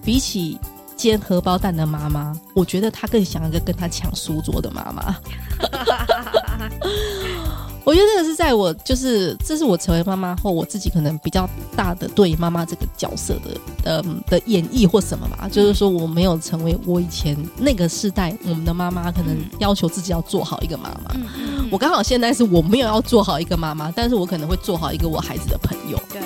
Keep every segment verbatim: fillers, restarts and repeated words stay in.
比起煎荷包蛋的妈妈，我觉得她更想要一个跟她抢书桌的妈妈。我觉得这个是在我就是这是我成为妈妈后我自己可能比较大的对妈妈这个角色的的的演绎或什么吧，就是说我没有成为我以前那个世代我们的妈妈可能要求自己要做好一个妈妈、嗯嗯嗯、我刚好现在是我没有要做好一个妈妈，但是我可能会做好一个我孩子的朋友。 对。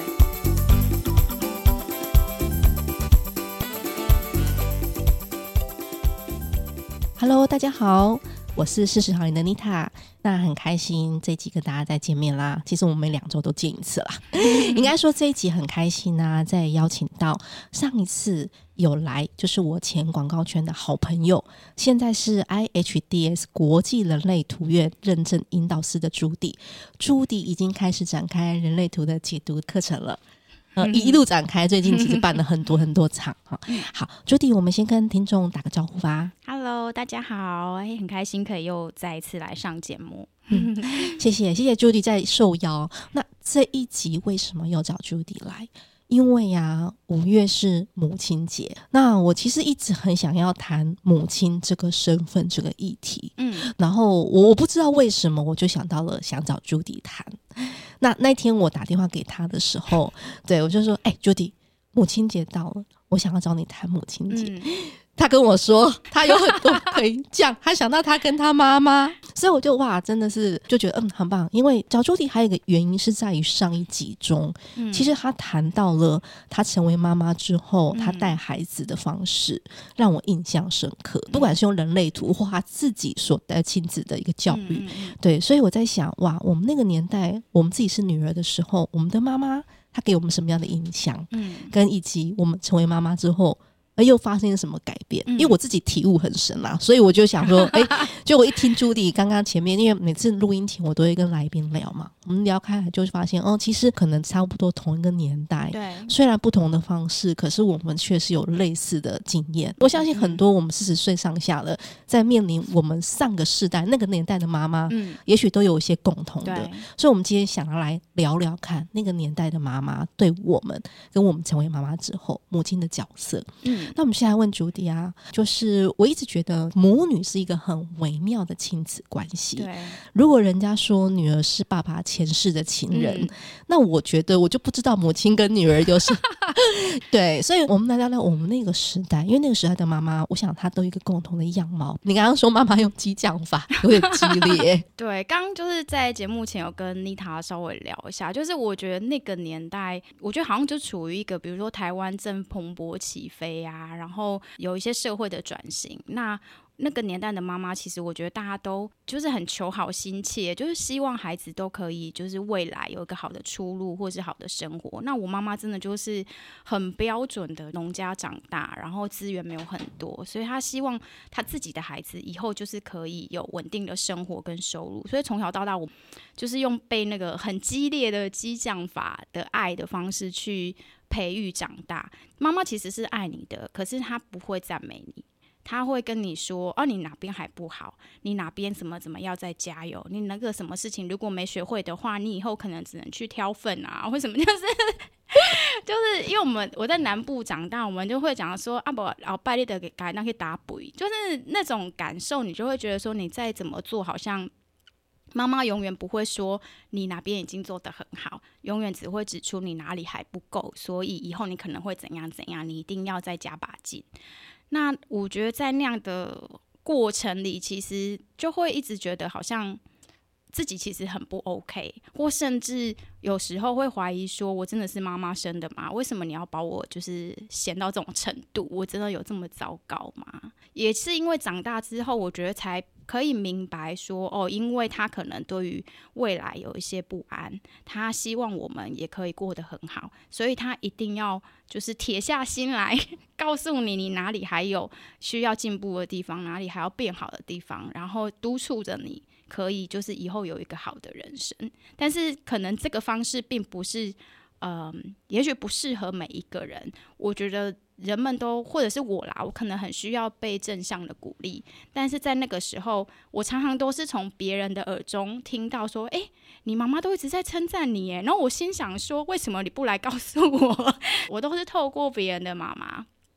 Hello， 大家好，我是四十好龄的妮塔。那很开心这一集跟大家再见面啦，其实我们每两周都见一次啦应该说这一集很开心啊，再邀請到上一次有来就是我前广告圈的好朋友，现在是 I H D S 国际人类图院认证引导师的朱迪。朱迪已经开始展开人类图的解读课程了，呃，一路展开，最近其实办了很多很多场。好，朱迪，我们先跟听众打个招呼吧。 Hello， 大家好，很开心可以又再一次来上节目。 嗯、谢谢谢谢朱迪在受邀。那这一集为什么要找朱迪来？因为啊，五月是母亲节，那我其实一直很想要谈母亲这个身份这个议题，嗯，然后我我不知道为什么我就想到了想找朱迪谈。那那天我打电话给他的时候，对我就说：“哎、欸，朱迪，母亲节到了，我想要找你谈母亲节。嗯”他跟我说他有很多可以讲，他想到他跟他妈妈，所以我就哇，真的是就觉得嗯很棒。因为找朱迪还有一个原因是在于上一集中、嗯、其实他谈到了他成为妈妈之后、嗯、他带孩子的方式让我印象深刻、嗯、不管是用人类图或他自己所带亲子的一个教育、嗯、对，所以我在想哇，我们那个年代我们自己是女儿的时候，我们的妈妈她给我们什么样的影响、嗯、跟以及我们成为妈妈之后而又发生了什么改变、嗯、因为我自己体悟很深啦，所以我就想说哎、欸，就我一听朱迪刚刚前面，因为每次录音前我都会跟来宾聊嘛，我们聊开来就发现哦，其实可能差不多同一个年代，对，虽然不同的方式，可是我们确实有类似的经验。我相信很多我们四十岁上下了，在面临我们上个世代那个年代的妈妈、嗯、也许都有一些共同的，所以我们今天想要来聊聊看那个年代的妈妈对我们跟我们成为妈妈之后母亲的角色。嗯，那我们现在问朱迪啊，就是我一直觉得母女是一个很微妙的亲子关系。对，如果人家说女儿是爸爸前世的情人、嗯、那我觉得我就不知道母亲跟女儿有什么对，所以我们来聊聊我们那个时代，因为那个时代的妈妈我想她都有一个共同的样貌。你刚刚说妈妈用激将法有点激烈对，刚刚就是在节目前有跟妮塔稍微聊一下，就是我觉得那个年代我觉得好像就处于一个比如说台湾正蓬勃起飞啊，然后有一些社会的转型，那那个年代的妈妈其实我觉得大家都就是很求好心切，就是希望孩子都可以就是未来有一个好的出路或是好的生活。那我妈妈真的就是很标准的农家长大，然后资源没有很多，所以她希望她自己的孩子以后就是可以有稳定的生活跟收入，所以从小到大我就是用被那个很激烈的激将法的爱的方式去培育长大。妈妈其实是爱你的，可是她不会赞美你，她会跟你说哦，你哪边还不好，你哪边怎么怎么要再加油，你那个什么事情如果没学会的话，你以后可能只能去挑粪啊或什么，就是就是因为我们我在南部长大，我们就会讲说啊不老拜你的给改那去打补，就是那种感受，你就会觉得说你再怎么做好像妈妈永远不会说你哪边已经做得很好，永远只会指出你哪里还不够，所以以后你可能会怎样怎样，你一定要再加把劲。那我觉得在那样的过程里，其实就会一直觉得好像自己其实很不 OK， 或甚至有时候会怀疑说我真的是妈妈生的吗？为什么你要把我就是嫌到这种程度？我真的有这么糟糕吗？也是因为长大之后我觉得才可以明白说哦，因为他可能对于未来有一些不安，他希望我们也可以过得很好，所以他一定要就是铁下心来告诉你你哪里还有需要进步的地方，哪里还要变好的地方，然后督促着你可以就是以后有一个好的人生。但是可能这个方式并不是嗯，也许不适合每一个人。我觉得人们都或者是我啦，我可能很需要被正向的鼓励，但是在那个时候我常常都是从别人的耳中听到说哎，你妈妈都一直在称赞你耶，然后我心想说为什么你不来告诉我我都是透过别人的妈妈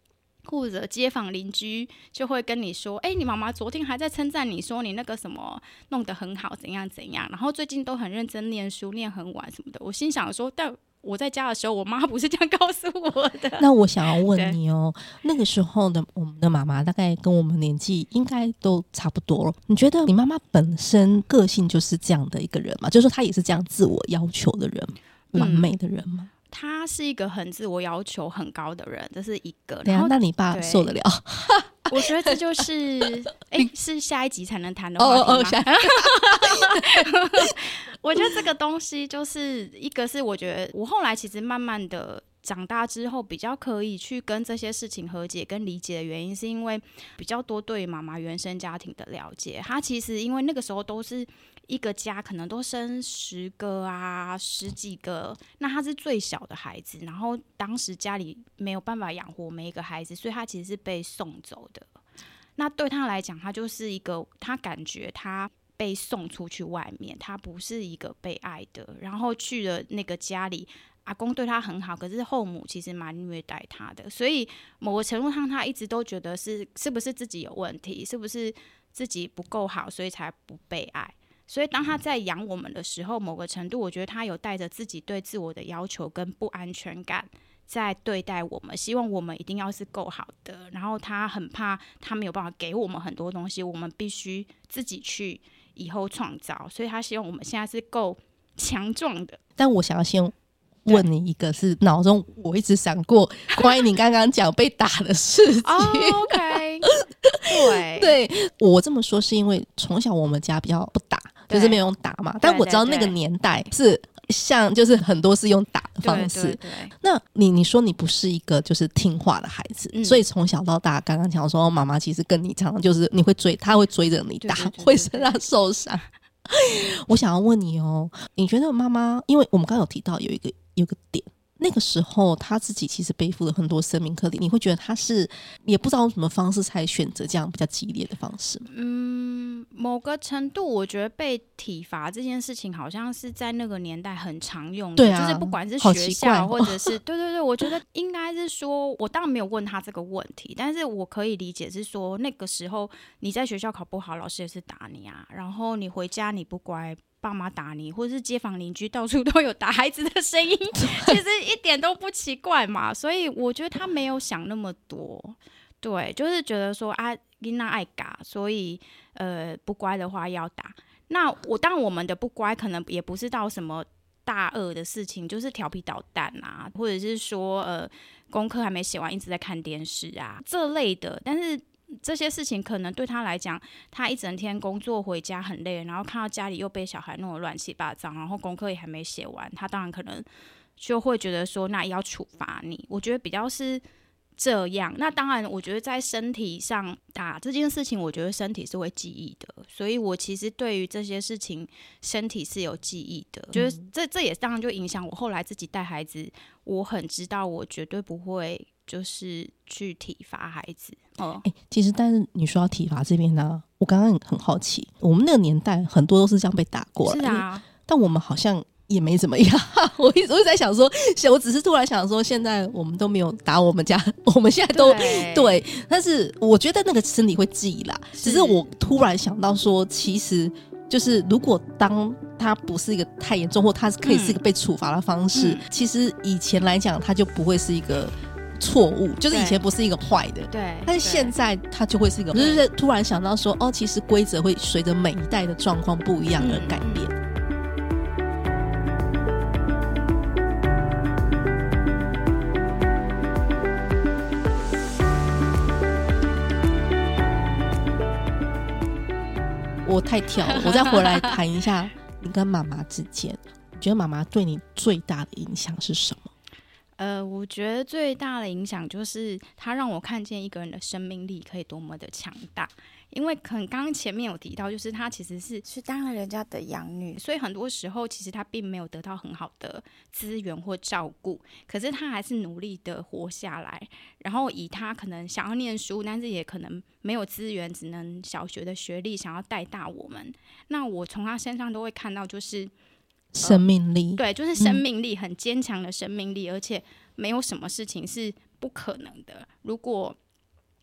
或者街坊邻居就会跟你说，哎、欸，你妈妈昨天还在称赞你说你那个什么弄得很好，怎样怎样，然后最近都很认真念书，念很晚什么的。我心想说，但我在家的时候，我妈不是这样告诉我的。 那我想要问你哦，那个时候的我们的妈妈大概跟我们年纪应该都差不多了。你觉得你妈妈本身个性就是这样的一个人吗？就是说她也是这样自我要求的人，完美的人吗？嗯， 他是一个很自我要求很高的人，这是一个。 对啊，那你爸受得了？ 我觉得这就是，哎、欸，是下一集才能谈的话题吗？哦哦我觉得这个东西就是一个是，我觉得我后来其实慢慢的长大之后，比较可以去跟这些事情和解跟理解的原因，是因为比较多对妈妈原生家庭的了解。她其实因为那个时候都是一个家，可能都生十个啊，十几个，那她是最小的孩子，然后当时家里没有办法养活每一个孩子，所以她其实是被送走的。那对她来讲，她就是一个，她感觉她被送出去外面，她不是一个被爱的，然后去了那个家里，阿公对她很好，可是后母其实蛮虐待她的，所以某个程度上，她一直都觉得是是不是自己有问题，是不是自己不够好，所以才不被爱。所以当她在养我们的时候，某个程度，我觉得她有带着自己对自我的要求跟不安全感在对待我们，希望我们一定要是够好的，然后她很怕她没有办法给我们很多东西，我们必须自己去以后创造，所以她希望我们现在是够强壮的。 但我想要先问你一个是脑中我一直想过关于你刚刚讲被打的事情。 oh, OK 对对，我这么说是因为从小我们家比较不打，就是没有用打嘛，但我知道那个年代是像就是很多是用打的方式。 对对对， 那你你说你不是一个就是听话的孩子，嗯，所以从小到大刚刚讲说妈妈其实跟你常常就是你会追，她会追着你打，对对对对对，会让她受伤。我想要问你哦，你觉得妈妈，因为我们刚刚有提到有一个有个点，那个时候她自己其实背负了很多生命课题，你会觉得她是也不知道用什么方式才选择这样比较激烈的方式吗？ 嗯，某个程度我觉得被体罚这件事情好像是在那个年代很常用的， 对啊， 就是不管是学校或者是对对对，我觉得应该是说，我当然没有问他这个问题，但是我可以理解是说那个时候你在学校考不好，老师也是打你啊，然后你回家你不乖，爸妈打你，或者是街坊邻居到处都有打孩子的声音，其实一点都不奇怪嘛。所以我觉得他没有想那么多，对，就是觉得说啊，囡仔爱打，所以呃不乖的话要打。那我当然我们的不乖可能也不是到什么大恶的事情，就是调皮捣蛋啊，或者是说呃功课还没写完一直在看电视啊这类的，但是这些事情可能对他来讲，他一整天工作回家很累，然后看到家里又被小孩弄得乱七八糟，然后功课也还没写完，他当然可能就会觉得说那要处罚你。我觉得比较是这样。那当然我觉得在身体上打这件事情，我觉得身体是会记忆的，所以我其实对于这些事情身体是有记忆的，就是这这也当然就影响我后来自己带孩子，我很知道我绝对不会就是去体罚孩子。哦、 欸，其实但是你说到体罚这边呢、啊，我刚刚很好奇，我们那个年代很多都是这样被打过来的， 是啊， 但我们好像也没怎么样。我一直我一直在想说，我只是突然想说，现在我们都没有打我们家，我们现在都 对, 对，但是我觉得那个身体会记啦。只是我突然想到说，其实就是如果当它不是一个太严重，或它可以是一个被处罚的方式、嗯，其实以前来讲，它就不会是一个错误，就是以前不是一个坏的， 对， 但是现在它就会是一个，就是突然想到说，哦，其实规则会随着每一代的状况不一样而改变。嗯我太跳了，我再回来谈一下你跟妈妈之间，你觉得妈妈对你最大的影响是什么？ 呃，我觉得最大的影响就是她让我看见一个人的生命力可以多么的强大。因为可能刚刚前面有提到，就是她其实是是当了人家的养女，所以很多时候其实她并没有得到很好的资源或照顾，可是她还是努力的活下来。然后以她可能想要念书，但是也可能没有资源，只能小学的学历，想要带大我们。那我从她身上都会看到，就是生命力、呃， 对，就是生命力，很坚强的生命力，而且没有什么事情是不可能的。如果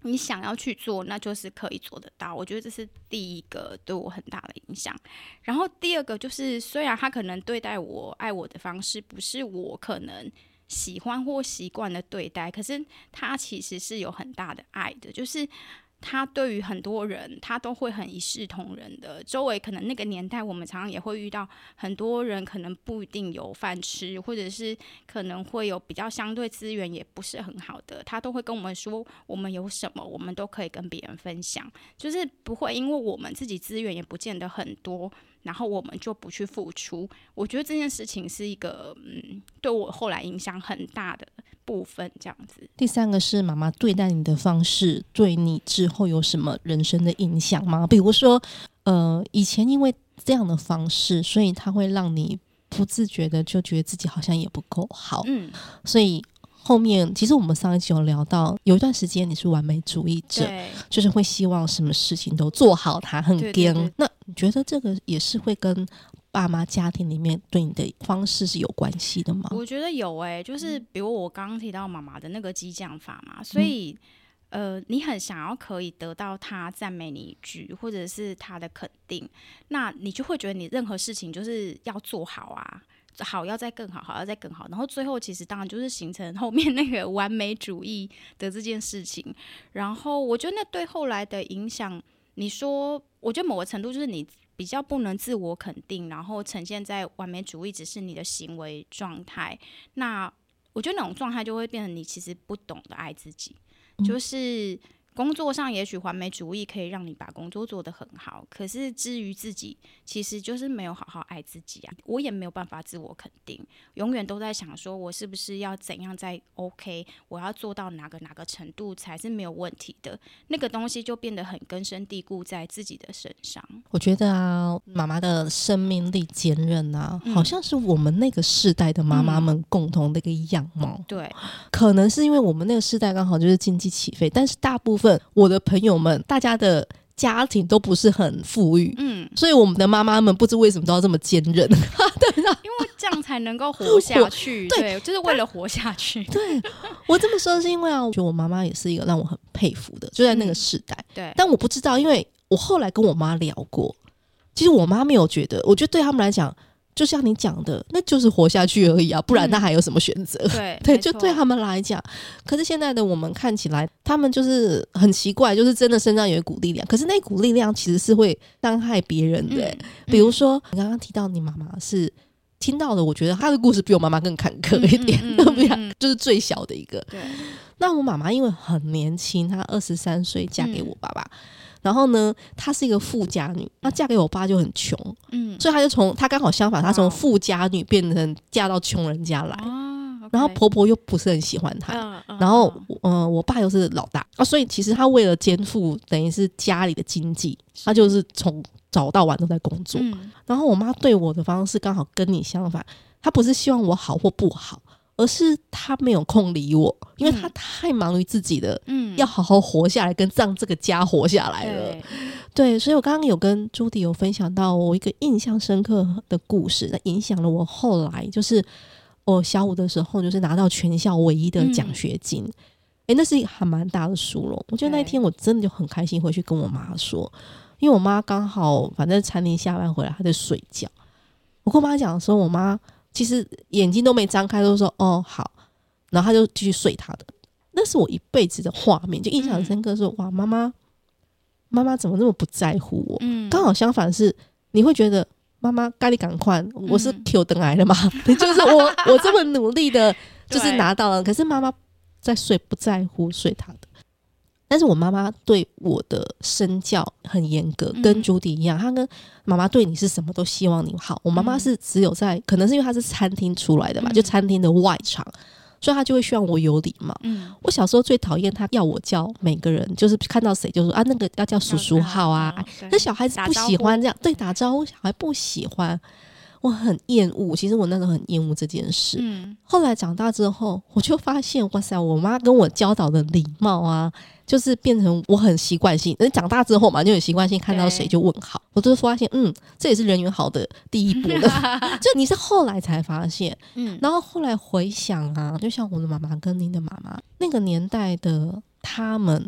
你想要去做，那就是可以做得到。我觉得这是第一个对我很大的影响。然后第二个就是，虽然他可能对待我、爱我的方式不是我可能喜欢或习惯的对待，可是他其实是有很大的爱的，就是他对于很多人他都会很一视同仁的。周围可能那个年代我们常常也会遇到很多人可能不一定有饭吃，或者是可能会有比较相对资源也不是很好的，他都会跟我们说我们有什么我们都可以跟别人分享，就是不会因为我们自己资源也不见得很多，然后我们就不去付出。我觉得这件事情是一个嗯，对我后来影响很大的部分这样子。 第三个是妈妈对待你的方式对你之后有什么人生的影响吗？比如说呃，以前因为这样的方式，所以它会让你不自觉的就觉得自己好像也不够好，嗯，所以后面其实我们上一集有聊到，有一段时间你是完美主义者，就是会希望什么事情都做好它，很硬。那你觉得这个也是会跟爸妈家庭里面对你的方式是有关系的吗？ 我觉得有诶、欸，就是比如我刚刚提到妈妈的那个激将法嘛，所以、嗯、呃，你很想要可以得到他赞美你一句，或者是他的肯定，那你就会觉得你任何事情就是要做好啊，好要再更好，好要再更好，然后最后其实当然就是形成后面那个完美主义的这件事情。然后我觉得那对后来的影响，你说我觉得某个程度就是你比较不能自我肯定，然后呈现在完美主义只是你的行为状态，那我觉得那种状态就会变成你其实不懂得爱自己、嗯、就是工作上也许完美主义可以让你把工作做得很好，可是至于自己其实就是没有好好爱自己啊。我也没有办法自我肯定，永远都在想说我是不是要怎样才 OK， 我要做到哪个哪个程度才是没有问题的，那个东西就变得很根深蒂固在自己的身上。 我觉得啊，妈妈的生命力坚韧啊、嗯、好像是我们那个世代的妈妈们共同的一个样貌、嗯、 对， 可能是因为我们那个世代刚好就是经济起飞，但是大部分我的朋友们大家的家庭都不是很富裕，嗯，所以我们的妈妈们不知为什么都要这么坚韧对， 因为这样才能够活下去对, 对，就是为了活下去。 对，我这么说是因为啊，我觉得我妈妈也是一个让我很佩服的，就在那个时代、嗯、 对， 但我不知道，因为我后来跟我妈聊过，其实我妈没有觉得，我觉得对他们来讲就像你讲的，那就是活下去而已啊，不然那还有什么选择、嗯、 对对，就对他们来讲。可是现在的我们看起来他们就是很奇怪，就是真的身上有一股力量，可是那股力量其实是会伤害别人的、欸嗯、比如说你刚刚提到你妈妈是听到的，我觉得她的故事比我妈妈更坎坷一点，对不对？就是最小的一个。 对， 那我妈妈因为很年轻，她二十三岁嫁给我爸爸、嗯，然后呢她是一个富家女，她嫁给我爸就很穷，嗯，所以她就从她刚好相反，她从富家女变成嫁到穷人家来、哦 okay、然后婆婆又不是很喜欢她、嗯嗯、然后呃我爸又是老大啊，所以其实她为了肩负等于是家里的经济，她就是从早到晚都在工作、嗯、然后我妈对我的方式刚好跟你相反，她不是希望我好或不好，而是她没有空理我，因为她太忙于自己的、嗯、要好好活下来跟让这个家活下来了。 对, 对，所以我刚刚有跟朱迪有分享到我一个印象深刻的故事，那影响了我后来就是我小五的时候就是拿到全校唯一的奖学金、嗯欸、那是一个还蛮大的殊荣。我觉得那一天我真的就很开心，回去跟我妈说，因为我妈刚好反正餐厅下班回来她在睡觉，我跟我妈讲说，我妈其实眼睛都没张开都说哦好，然后她就继续睡她的。那是我一辈子的画面，就印象很深刻说、嗯、哇妈妈妈妈怎么那么不在乎我、嗯、刚好相反是你会觉得妈妈该你赶快，我是 Q 登来了嘛、嗯、就是我我这么努力的就是拿到了，可是妈妈在睡，不在乎睡她的。但是我妈妈对我的身教很严格，跟朱迪一样，她跟妈妈对你是什么都希望你好。我妈妈是只有在、嗯、可能是因为她是餐厅出来的吧、嗯、就餐厅的外场，所以她就会希望我有礼貌、嗯、我小时候最讨厌她要我叫每个人，就是看到谁就说啊那个要叫叔叔好啊，那小孩子不喜欢这样，对，打招呼小孩不喜欢，我很厌恶，其实我那时候很厌恶这件事、嗯、后来长大之后我就发现哇塞，我妈跟我教导的礼貌啊就是变成我很习惯性，长大之后嘛就很习惯性看到谁就问好，我就发现嗯这也是人缘好的第一步了就你是后来才发现、嗯、然后后来回想啊，就像我的妈妈跟您的妈妈那个年代的他们，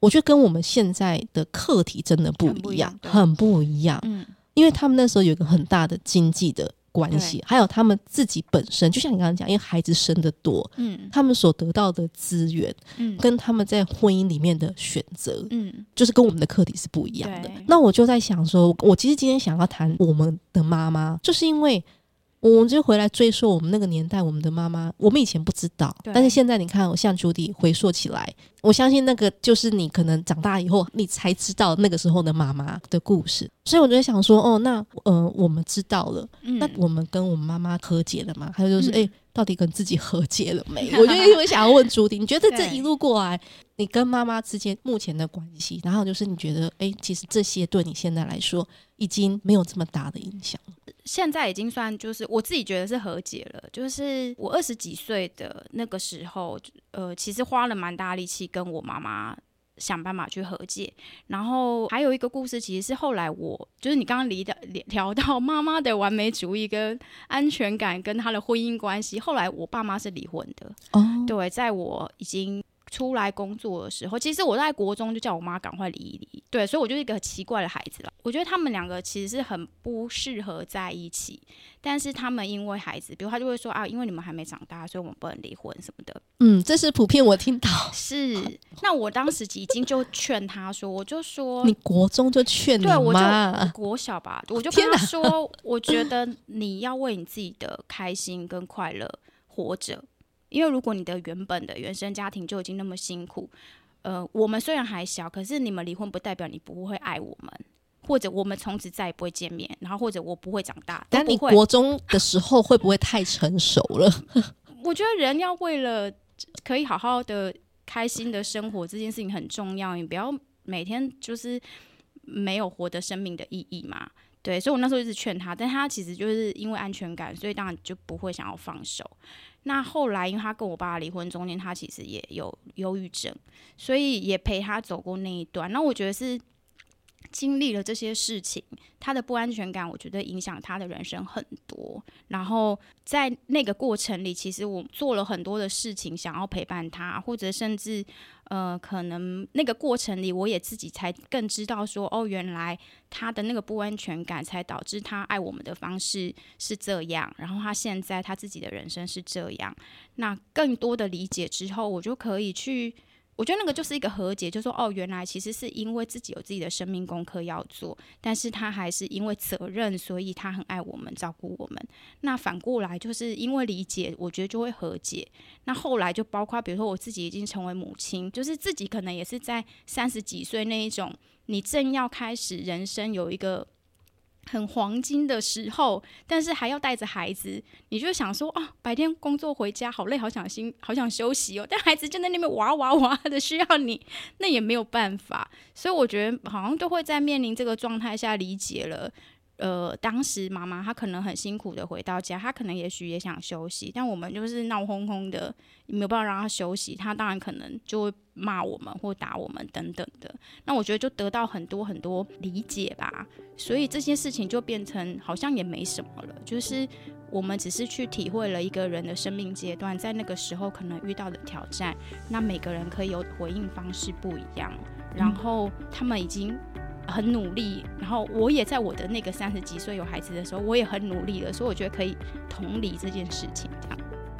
我觉得跟我们现在的课题真的不一样，很不一样。 嗯， 因为他们那时候有一个很大的经济的关系，还有他们自己本身，就像你刚刚讲，因为孩子生得多，嗯，他们所得到的资源，嗯，跟他们在婚姻里面的选择，嗯，就是跟我们的课题是不一样的。那我就在想说，我其实今天想要谈我们的妈妈，就是因为我们就回来追溯我们那个年代，我们的妈妈，我们以前不知道，但是现在你看，我像Judy回溯起来，我相信那个就是你可能长大以后，你才知道那个时候的妈妈的故事。所以我就想说，哦，那呃，我们知道了，嗯、那我们跟我们妈妈和解了吗？还有就是，哎、嗯欸，到底跟自己和解了没？我就因为想要问Judy，你觉得这一路过来，你跟妈妈之间目前的关系，然后就是你觉得，哎、欸，其实这些对你现在来说已经没有这么大的影响了。 现在已经算就是我自己觉得是和解了，就是我二十几岁的那个时候，呃，其实花了蛮大力气跟我妈妈想办法去和解。然后还有一个故事，其实是后来我就是你刚刚聊到妈妈的完美主义跟安全感跟她的婚姻关系，后来我爸妈是离婚的。哦，对，在我已经出来工作的时候，其实我在国中就叫我妈赶快离一离，对，所以我就是一个奇怪的孩子了。我觉得他们两个其实是很不适合在一起，但是他们因为孩子，比如他就会说啊，因为你们还没长大，所以我们不能离婚什么的。 嗯，这是普遍我听到。 是，那我当时已经就劝他说，我就说， 你国中就劝你妈？ 对，我就国小吧，我就跟他说，我觉得你要为你自己的开心跟快乐活着。因为如果你的原本的原生家庭就已经那么辛苦，呃，我们虽然还小，可是你们离婚不代表你不会爱我们，或者我们从此再也不会见面，然后或者我不会长大。 但你国中的时候会不会太成熟了？ 我觉得人要为了可以好好的开心的生活，这件事情很重要，你不要每天就是没有活得生命的意义嘛。对，所以我那时候一直劝他，但他其实就是因为安全感，所以当然就不会想要放手。那后来因为他跟我爸离婚中间，他其实也有忧郁症，所以也陪他走过那一段。那我觉得是经历了这些事情，他的不安全感我觉得影响他的人生很多。然后在那个过程里，其实我做了很多的事情想要陪伴他，或者甚至呃，可能那个过程里我也自己才更知道说，哦，原来他的那个不安全感才导致他爱我们的方式是这样，然后他现在他自己的人生是这样。那更多的理解之后，我就可以去，我觉得那个就是一个和解，就说哦，原来其实是因为自己有自己的生命功课要做，但是他还是因为责任，所以他很爱我们，照顾我们。那反过来就是因为理解，我觉得就会和解。那后来就包括比如说我自己已经成为母亲，就是自己可能也是在三十几岁那一种，你正要开始人生有一个很黄金的时候，但是还要带着孩子，你就想说啊，白天工作回家好累，好想心，好想休息哦。但孩子就在那边哇哇哇的需要你，那也没有办法。所以我觉得好像都会在面临这个状态下理解了。呃，当时妈妈她可能很辛苦的回到家，她可能也许也想休息，但我们就是闹哄哄的，没有办法让她休息，她当然可能就会骂我们或打我们等等的。那我觉得就得到很多很多理解吧，所以这些事情就变成好像也没什么了，就是我们只是去体会了一个人的生命阶段，在那个时候可能遇到的挑战，那每个人可以有回应方式不一样，然后他们已经很努力，然后我也在我的那个三十几岁有孩子的时候，我也很努力了，所以我觉得可以同理这件事情，这样。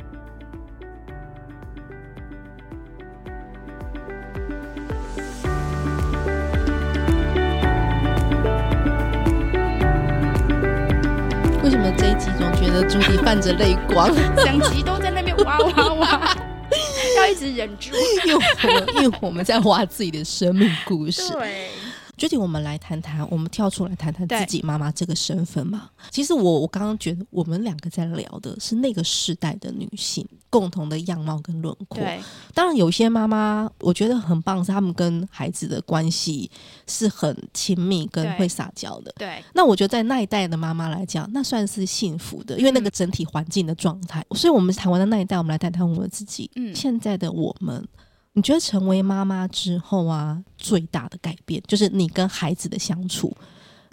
为什么这一集总觉得Judy泛着泪光？ 整集都在那边哇哇哇，要一直忍住， 因为我们因为我们在挖自己的生命故事。 对。 Judy，我们来谈谈，我们跳出来谈谈自己妈妈这个身份嘛。其实我我刚刚觉得我们两个在聊的是那个世代的女性共同的样貌跟轮廓。 对， 当然有些妈妈我觉得很棒，是他们跟孩子的关系是很亲密跟会撒娇的。 对， 那我觉得在那一代的妈妈来讲，那算是幸福的，因为那个整体环境的状态。嗯、所以我们谈完的那一代，我们来谈谈我们自己。嗯，现在的我们。你觉得成为妈妈之后啊，最大的改变就是你跟孩子的相处，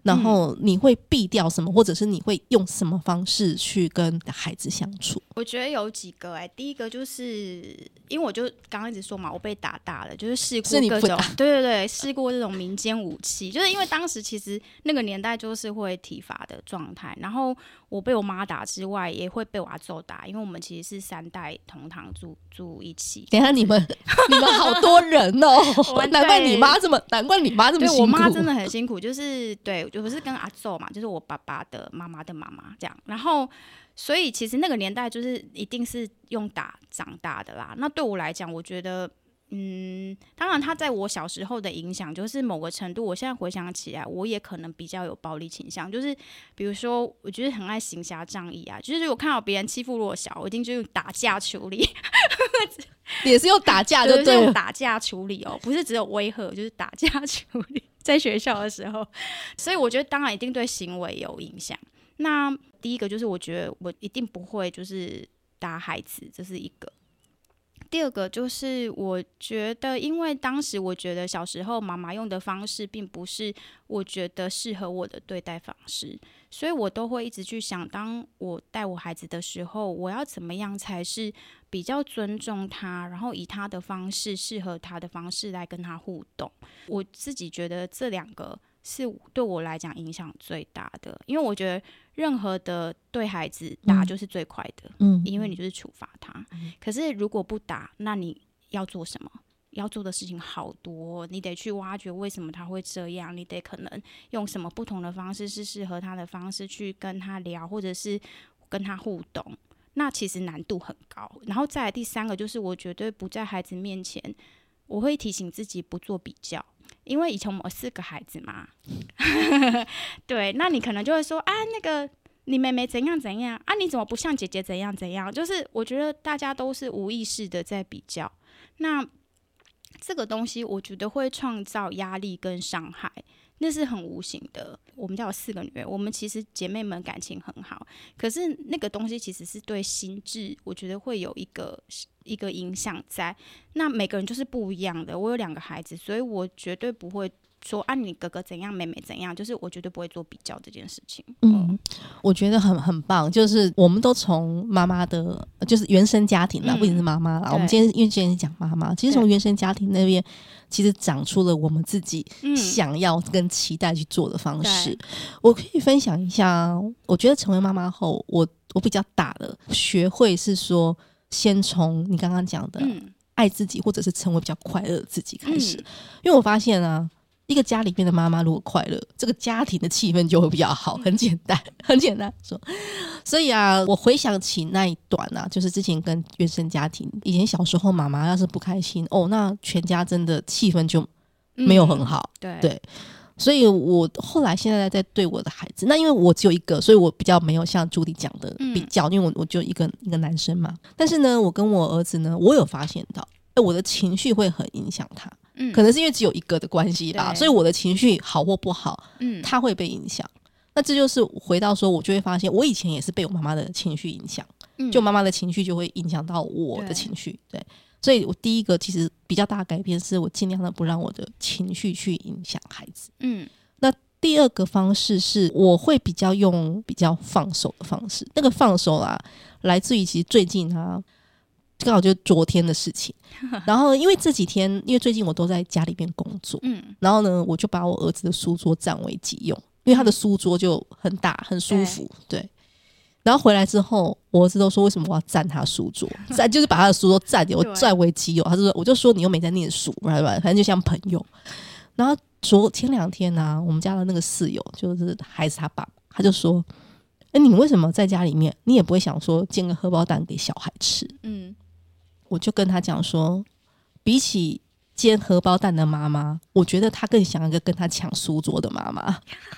然后你会避掉什么，或者是你会用什么方式去跟孩子相处？ 我觉得有几个哎、欸，第一个就是因为我就刚刚一直说嘛，我被打大了，就是试过各种，对对对，试过这种民间武器，就是因为当时其实那个年代就是会体罚的状态，然后我被我妈打之外，也会被我阿祖打，因为我们其实是三代同堂住住一起。 等一下你们你们好多人哦，难怪你妈这么难怪你妈这么辛苦。 对，我妈真的很辛苦，就是对，我是跟阿祖嘛，就是我爸爸的妈妈的妈妈这样，然后。所以其实那个年代就是一定是用打长大的啦。那对我来讲，我觉得，嗯，当然他在我小时候的影响，就是某个程度，我现在回想起来，我也可能比较有暴力倾向。就是比如说，我觉得很爱行侠仗义啊，就是我看到别人欺负弱小，我一定就用打架处理。 也是用打架就对了， 就是用打架处理哦，不是只有威吓，就是打架处理。在学校的时候，所以我觉得当然一定对行为有影响。那第一个就是我觉得我一定不会就是打孩子，这是一个。第二个就是我觉得，因为当时我觉得小时候妈妈用的方式并不是我觉得适合我的对待方式，所以我都会一直去想，当我带我孩子的时候，我要怎么样才是比较尊重他，然后以他的方式适合他的方式来跟他互动。我自己觉得这两个是对我来讲影响最大的，因为我觉得任何的对孩子打就是最快的，嗯，因为你就是处罚他、嗯。可是如果不打，那你要做什么？要做的事情好多，你得去挖掘为什么他会这样，你得可能用什么不同的方式是适合他的方式去跟他聊，或者是跟他互动。那其实难度很高。然后再来第三个就是，我绝对不在孩子面前，我会提醒自己不做比较。因为以前我们有四个孩子嘛对，那你可能就会说啊，那个你妹妹怎样怎样啊，你怎么不像姐姐怎样怎样，就是我觉得大家都是无意识的在比较，那这个东西我觉得会创造压力跟伤害，那是很无形的。我们家有四个女儿，我们其实姐妹们感情很好，可是那个东西其实是对心智我觉得会有一个一个影响在。那每个人就是不一样的，我有两个孩子，所以我绝对不会说啊你哥哥怎样妹妹怎样，就是我绝对不会做比较这件事情。嗯， 嗯我觉得很很棒，就是我们都从妈妈的就是原生家庭啦、嗯、不仅是妈妈啦，我们今天因为今天讲妈妈，其实从原生家庭那边其实长出了我们自己想要跟期待去做的方式、嗯、我可以分享一下，我觉得成为妈妈后我我比较大的学会是说先从你刚刚讲的、嗯、爱自己或者是成为比较快乐的自己开始、嗯、因为我发现啊一个家里面的妈妈如果快乐，这个家庭的气氛就会比较好，很简单很简单说。所以啊我回想起那一段啊，就是之前跟原生家庭，以前小时候妈妈要是不开心哦，那全家真的气氛就没有很好、嗯、对, 对所以我后来现在在对我的孩子，那因为我只有一个，所以我比较没有像朱迪讲的比较、嗯、因为我我就一个一个男生嘛，但是呢我跟我儿子呢，我有发现到欸、我的情绪会很影响他、嗯、可能是因为只有一个的关系吧，所以我的情绪好或不好、嗯、他会被影响。那这就是回到说我就会发现我以前也是被我妈妈的情绪影响、嗯、就妈妈的情绪就会影响到我的情绪， 对, 对所以我第一个其实比较大的改变是我尽量的不让我的情绪去影响孩子。嗯，那第二个方式是我会比较用比较放手的方式，那个放手啊来自于其实最近啊刚好就是昨天的事情，然后因为这几天因为最近我都在家里面工作、嗯、然后呢我就把我儿子的书桌占为己用，因为他的书桌就很大很舒服， 对, 对然后回来之后我儿子都说为什么我要占他书桌占就是把他的书桌占我占为己有，他就说我就说你又没在念书，反正就像朋友。然后昨前两天啊我们家的那个室友就是孩子他爸爸，他就说哎、欸，你为什么在家里面你也不会想说煎个荷包蛋给小孩吃？嗯，我就跟他讲说比起煎荷包蛋的妈妈，我觉得他更想要一个跟他抢书桌的妈妈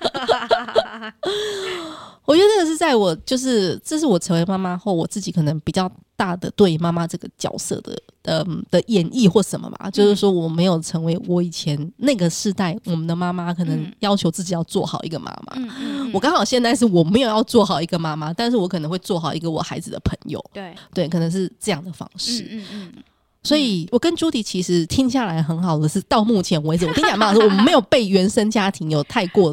我觉得这个是在我就是这是我成为妈妈后我自己可能比较大的对妈妈这个角色的的, 的演绎或什么吧、嗯、就是说我没有成为我以前那个世代我们的妈妈可能要求自己要做好一个妈妈、嗯嗯、我刚好现在是我没有要做好一个妈妈，但是我可能会做好一个我孩子的朋友，对对，可能是这样的方式。嗯嗯嗯所以我跟朱迪其实听下来很好的是到目前为止我跟你讲嘛，我们没有被原生家庭有太过的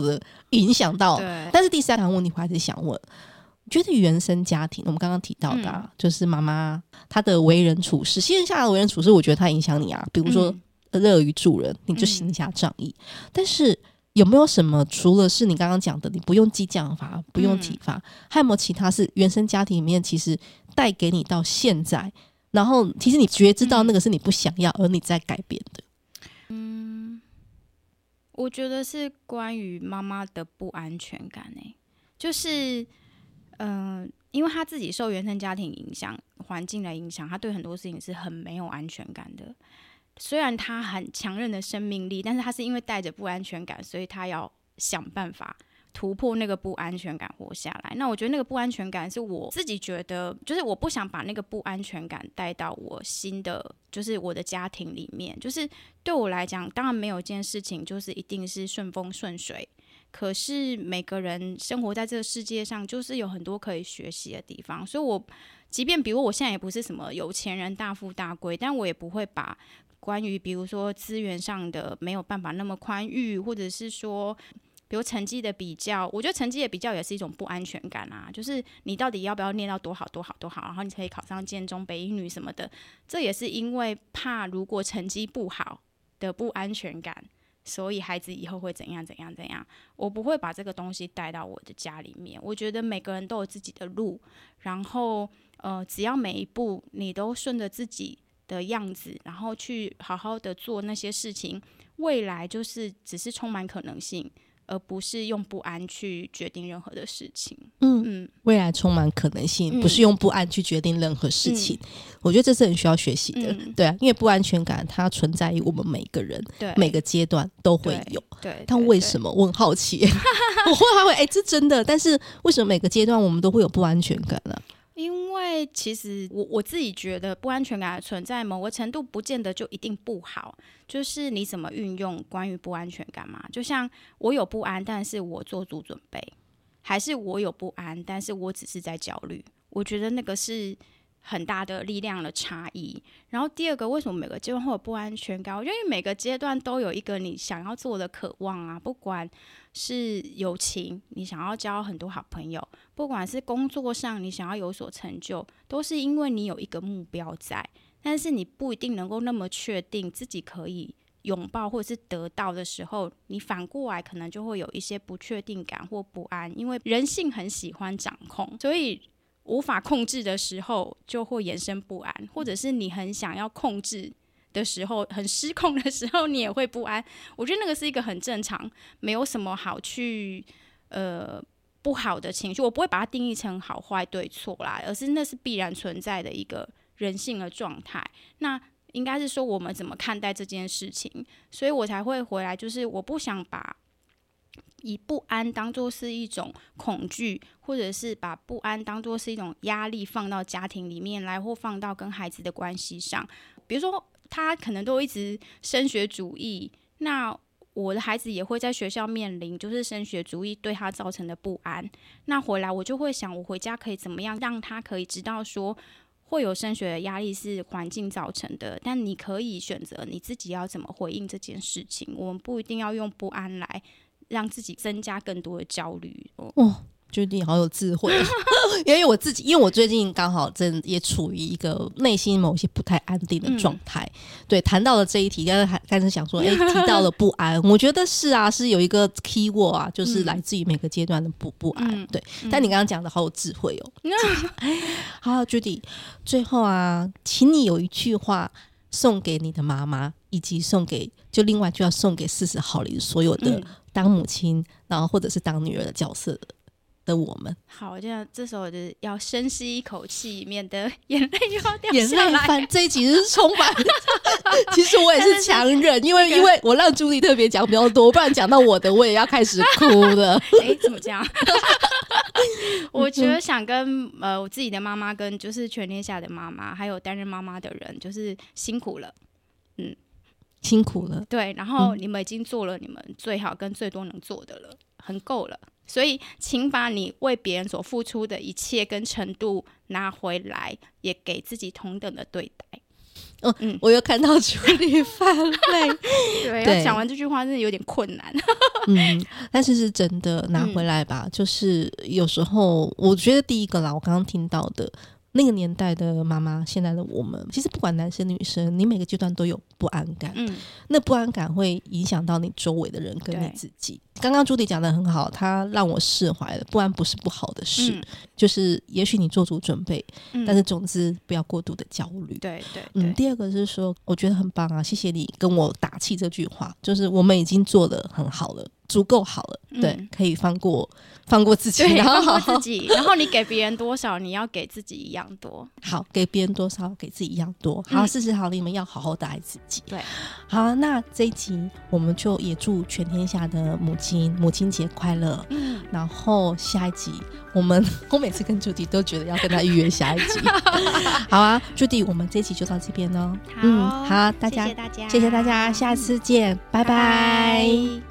影响到。 对， 但是第三个问题我还是想问，我觉得原生家庭我们刚刚提到的、啊嗯、就是妈妈她的为人处事，线下的为人处事我觉得她影响你啊，比如说乐于助人你就行侠仗义、嗯、但是有没有什么除了是你刚刚讲的你不用激将法不用体罚、嗯、还有没有其他是原生家庭里面其实带给你到现在，然后其实你觉知到那个是你不想要、嗯、而你在改变的？ 嗯，我觉得是关于妈妈的不安全感、欸、就是嗯、呃，因为她自己受原生家庭影响环境的影响，她对很多事情是很没有安全感的。虽然他很强韧的生命力，但是他是因为带着不安全感，所以他要想办法突破那个不安全感活下来。那我觉得那个不安全感是我自己觉得，就是我不想把那个不安全感带到我新的，就是我的家庭里面。就是对我来讲，当然没有一件事情就是一定是顺风顺水，可是每个人生活在这个世界上，就是有很多可以学习的地方。所以我即便比如我现在也不是什么有钱人大富大贵，但我也不会把关于比如说资源上的没有办法那么宽裕，或者是说比如成绩的比较，我觉得成绩的比较也是一种不安全感啊，就是你到底要不要念到多好多好多好，然后你可以考上建中北一女什么的，这也是因为怕如果成绩不好的不安全感，所以孩子以后会怎样怎样怎样。我不会把这个东西带到我的家里面。我觉得每个人都有自己的路，然后呃，只要每一步你都顺着自己的样子，然后去好好的做那些事情，未来就是只是充满可能性，而不是用不安去决定任何的事情。嗯嗯， 未来充满可能性、嗯、不是用不安去决定任何事情、嗯、我觉得这是很需要学习的、嗯、对啊，因为不安全感它存在于我们每个人每个阶段都会有， 对对， 但为什么我很好奇我会还会哎，这真的，但是为什么每个阶段我们都会有不安全感呢、啊？ 因为其实我我自己觉得不安全感的存在某个程度不见得就一定不好，就是你怎么运用关于不安全感嘛。就像我有不安，但是我做足准备，还是我有不安，但是我只是在焦虑，我觉得那个是很大的力量的差异。然后第二个，为什么每个阶段会有不安全感？我觉得每个阶段都有一个你想要做的渴望啊，不管是友情，你想要交很多好朋友，不管是工作上你想要有所成就，都是因为你有一个目标在，但是你不一定能够那么确定自己可以拥抱或者是得到的时候，你反过来可能就会有一些不确定感或不安，因为人性很喜欢掌控，所以无法控制的时候就会衍生不安，或者是你很想要控制的时候，很失控的时候，你也会不安。我觉得那个是一个很正常，没有什么好去呃不好的情绪，我不会把它定义成好坏对错啦，而是那是必然存在的一个人性的状态。那应该是说我们怎么看待这件事情，所以我才会回来，就是我不想把以不安当作是一种恐惧，或者是把不安当作是一种压力放到家庭里面来，或放到跟孩子的关系上。比如说他可能都一直升学主义，那我的孩子也会在学校面临就是升学主义对他造成的不安，那回来我就会想，我回家可以怎么样让他可以知道说会有升学的压力是环境造成的，但你可以选择你自己要怎么回应这件事情，我们不一定要用不安来让自己增加更多的焦虑。 哦Judy 好有智慧因为我自己因为我最近刚好真也处于一个内心某些不太安定的状态、嗯、对，谈到了这一题刚才开始想说哎，提到了不安我觉得是啊，是有一个 key word 啊，就是来自于每个阶段的不不安、嗯、对、嗯、但你刚刚讲的好有智慧哦、嗯、好 Judy 最后啊，请你有一句话送给你的妈妈，以及送给就另外就要送给四十好龄所有的当母亲、嗯、然后或者是当女儿的角色的的我们。 好，这样这时候就是要深吸一口气，免得眼泪又要掉眼下来。 泪翻，这一集是充满其实我也是强忍，因为、那个、因为我让朱莉特别讲比较多，不然讲到我的我也要开始哭了。 哎，怎么这样？我觉得想跟呃我自己的妈妈，跟就是全天下的妈妈，还有担任妈妈的人，就是辛苦了，嗯， 辛苦了。 对，然后你们已经做了你们最好跟最多能做的了，很够了。所以请把你为别人所付出的一切跟程度拿回来，也给自己同等的对待。 哦，嗯，我又看到朱莉泛泪。 对，要讲完这句话真的有点困难。 嗯，但是是真的拿回来吧、嗯、就是有时候我觉得第一个啦，我刚刚听到的那个年代的妈妈，现在的我们，其实不管男生女生，你每个阶段都有不安感、嗯、那不安感会影响到你周围的人跟你自己。刚刚朱迪讲得很好，他让我释怀了，不安不是不好的事、嗯、就是也许你做足准备、嗯、但是总之不要过度的焦虑。 对对对， 嗯，第二个是说我觉得很棒啊，谢谢你跟我打气这句话，就是我们已经做得很好了，足够好了、嗯、对，可以放过放过自己， 对， 然后放过自己，然后你给别人多少你要给自己一样多。 好，给别人多少给自己一样多。好，事实好，你们要好好的爱自己。 对， 好，那这一集我们就也祝全天下的母亲母亲节快乐。嗯，然后下一集我们我每次跟朱迪都觉得要跟他预约下一集。好啊，朱迪，我们这一集就到这边哦。 好， 嗯，好，大家谢谢大家， 谢谢大家，下次见，拜拜。 拜拜。